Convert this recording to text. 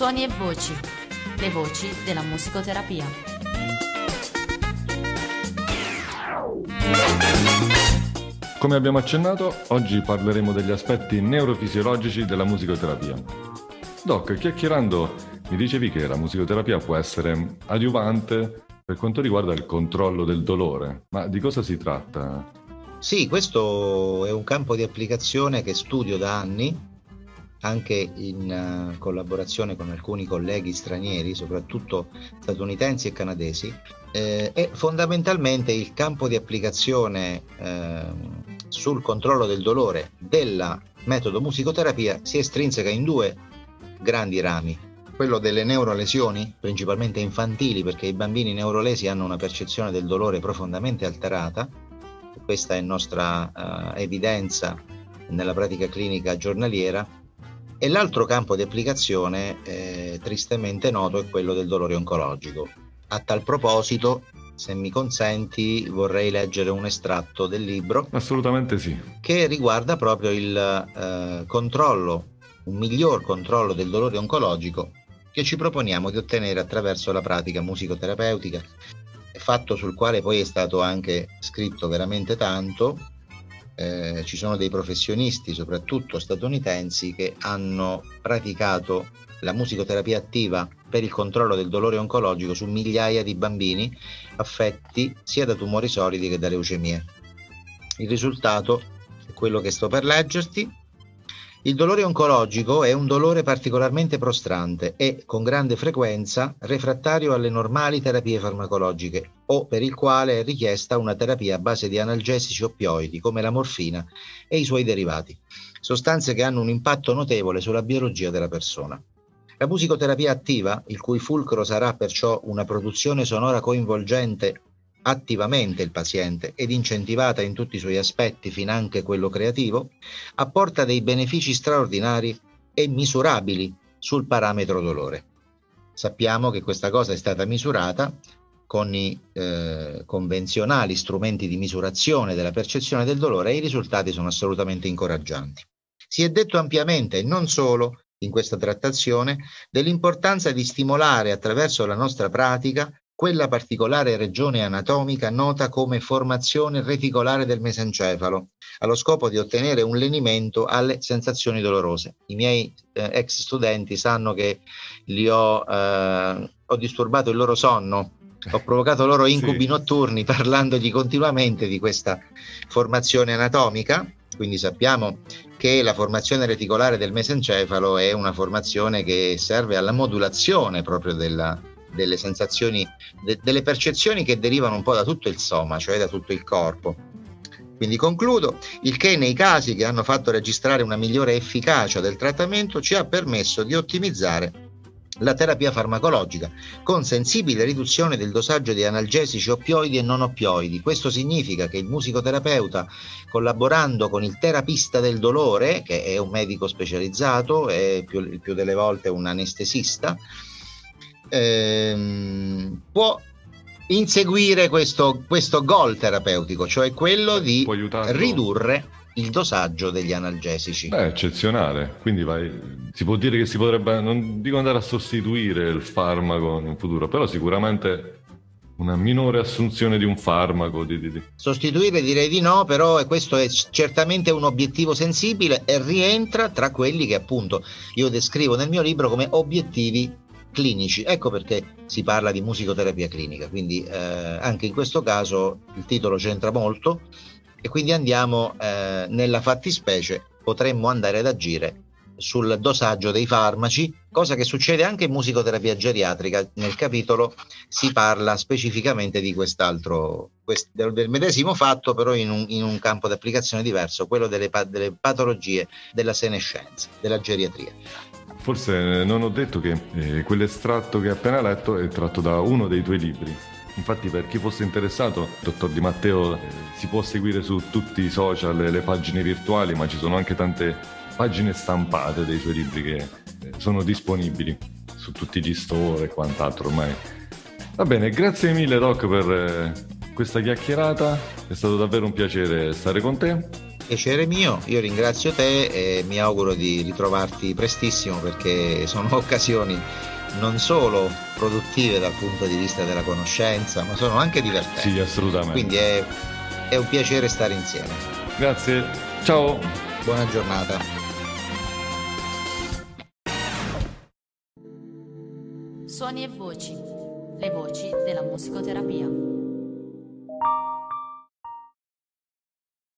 Suoni e voci, le voci della musicoterapia. Come abbiamo accennato, oggi parleremo degli aspetti neurofisiologici della musicoterapia. Doc, chiacchierando, mi dicevi che la musicoterapia può essere adiuvante per quanto riguarda il controllo del dolore, ma di cosa si tratta? Sì, questo è un campo di applicazione che studio da anni, anche in collaborazione con alcuni colleghi stranieri, soprattutto statunitensi e canadesi, e fondamentalmente il campo di applicazione sul controllo del dolore della metodo musicoterapia si estrinseca in due grandi rami: quello delle neurolesioni, principalmente infantili, perché i bambini neurolesi hanno una percezione del dolore profondamente alterata. Questa è nostra evidenza nella pratica clinica giornaliera. E l'altro campo di applicazione tristemente noto è quello del dolore oncologico. A tal proposito, se mi consenti, vorrei leggere un estratto del libro. Assolutamente sì. Che riguarda proprio il controllo, un miglior controllo del dolore oncologico che ci proponiamo di ottenere attraverso la pratica musicoterapeutica, fatto sul quale poi è stato anche scritto veramente tanto. Ci sono dei professionisti, soprattutto statunitensi, che hanno praticato la musicoterapia attiva per il controllo del dolore oncologico su migliaia di bambini affetti sia da tumori solidi che da leucemie. Il risultato è quello che sto per leggerti. Il dolore oncologico è un dolore particolarmente prostrante e con grande frequenza refrattario alle normali terapie farmacologiche, o per il quale è richiesta una terapia a base di analgesici oppioidi come la morfina e i suoi derivati, sostanze che hanno un impatto notevole sulla biologia della persona. La musicoterapia attiva, il cui fulcro sarà perciò una produzione sonora coinvolgente attivamente il paziente ed incentivata in tutti i suoi aspetti, finanche quello creativo, apporta dei benefici straordinari e misurabili sul parametro dolore. Sappiamo che questa cosa è stata misurata con i convenzionali strumenti di misurazione della percezione del dolore e i risultati sono assolutamente incoraggianti. Si è detto ampiamente, e non solo in questa trattazione, dell'importanza di stimolare attraverso la nostra pratica quella particolare regione anatomica nota come formazione reticolare del mesencefalo, allo scopo di ottenere un lenimento alle sensazioni dolorose. I miei ex studenti sanno che ho disturbato il loro sonno, ho provocato loro incubi notturni parlandogli continuamente di questa formazione anatomica. Quindi sappiamo che la formazione reticolare del mesencefalo è una formazione che serve alla modulazione proprio delle sensazioni, delle percezioni che derivano un po' da tutto il soma, cioè da tutto il corpo. Quindi concludo, il che nei casi che hanno fatto registrare una migliore efficacia del trattamento ci ha permesso di ottimizzare la terapia farmacologica con sensibile riduzione del dosaggio di analgesici oppioidi e non oppioidi. Questo significa che il musicoterapeuta, collaborando con il terapista del dolore, che è un medico specializzato e il più delle volte un anestesista, può inseguire questo goal terapeutico, cioè quello di ridurre il dosaggio degli analgesici. Eccezionale. Quindi si può dire che si potrebbe, non dico andare a sostituire il farmaco in futuro, però sicuramente una minore assunzione di un farmaco. Sostituire direi di no, però questo è certamente un obiettivo sensibile e rientra tra quelli che appunto io descrivo nel mio libro come obiettivi clinici. Ecco perché si parla di musicoterapia clinica, quindi anche in questo caso il titolo c'entra molto e quindi andiamo nella fattispecie, potremmo andare ad agire sul dosaggio dei farmaci, cosa che succede anche in musicoterapia geriatrica. Nel capitolo si parla specificamente di del medesimo fatto, però in un campo di applicazione diverso, quello delle patologie della senescenza, della geriatria. Forse non ho detto che quell'estratto che hai appena letto è tratto da uno dei tuoi libri. Infatti, per chi fosse interessato, il dottor Di Matteo si può seguire su tutti i social, le pagine virtuali, ma ci sono anche tante pagine stampate dei suoi libri che sono disponibili su tutti gli store e quant'altro ormai. Va bene, grazie mille Doc per questa chiacchierata, è stato davvero un piacere stare con te. Piacere mio, io ringrazio te e mi auguro di ritrovarti prestissimo perché sono occasioni non solo produttive dal punto di vista della conoscenza, ma sono anche divertenti. Sì, assolutamente. Quindi è un piacere stare insieme. Grazie, ciao. Buona giornata. Suoni e voci, le voci della musicoterapia.